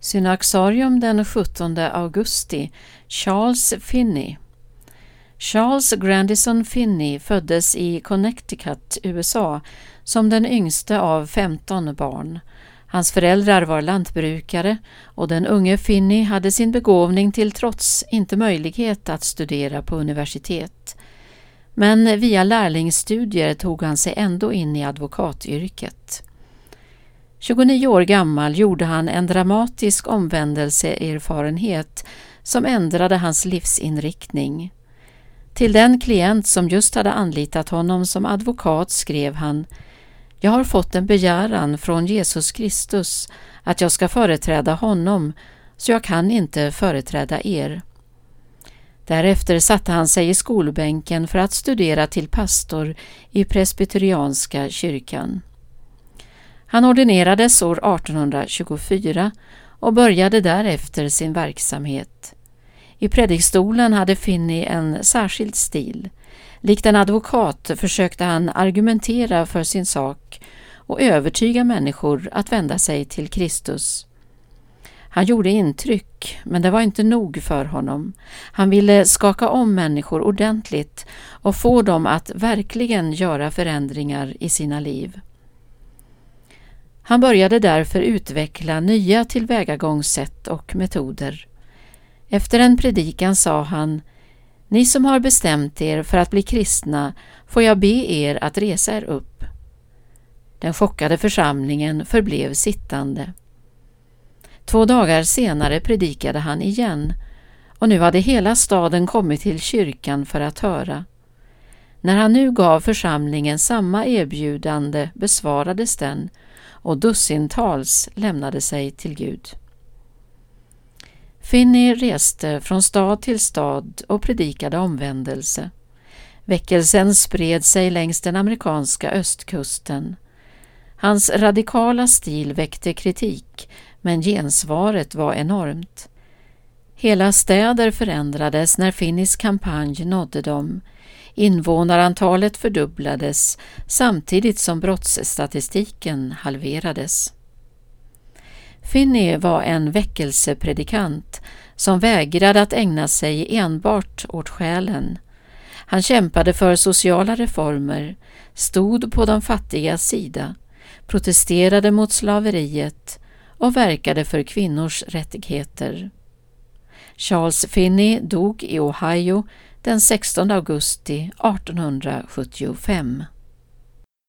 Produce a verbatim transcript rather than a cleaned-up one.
Synaxarium den sjuttonde augusti. Charles Finney. Charles Grandison Finney föddes i Connecticut, U S A, som den yngste av femton barn. Hans föräldrar var lantbrukare och den unge Finney hade sin begåvning till trots inte möjlighet att studera på universitet. Men via lärlingsstudier tog han sig ändå in i advokatyrket. tjugonio år gammal gjorde han en dramatisk omvändelseerfarenhet som ändrade hans livsinriktning. Till den klient som just hade anlitat honom som advokat skrev han: Jag har fått en begäran från Jesus Kristus att jag ska företräda honom, så jag kan inte företräda er. Därefter satte han sig i skolbänken för att studera till pastor i presbyterianska kyrkan. Han ordinerades år artonhundratjugofyra och började därefter sin verksamhet. I predikstolen hade Finney en särskild stil. Likt en advokat försökte han argumentera för sin sak och övertyga människor att vända sig till Kristus. Han gjorde intryck, men det var inte nog för honom. Han ville skaka om människor ordentligt och få dem att verkligen göra förändringar i sina liv. Han började därför utveckla nya tillvägagångssätt och metoder. Efter en predikan sa han: Ni som har bestämt er för att bli kristna, får jag be er att resa er upp. Den chockade församlingen förblev sittande. Två dagar senare predikade han igen, och nu hade hela staden kommit till kyrkan för att höra. När han nu gav församlingen samma erbjudande besvarades den, och dussintals lämnade sig till Gud. Finney reste från stad till stad och predikade omvändelse. Väckelsen spred sig längs den amerikanska östkusten. Hans radikala stil väckte kritik, men gensvaret var enormt. Hela städer förändrades när Finneys kampanj nådde dem. Invånarantalet fördubblades samtidigt som brottsstatistiken halverades. Finney var en väckelsepredikant som vägrade att ägna sig enbart åt själen. Han kämpade för sociala reformer, stod på de fattigas sida, protesterade mot slaveriet och verkade för kvinnors rättigheter. Charles Finney dog i Ohio den sextonde augusti artonhundrasjuttiofem.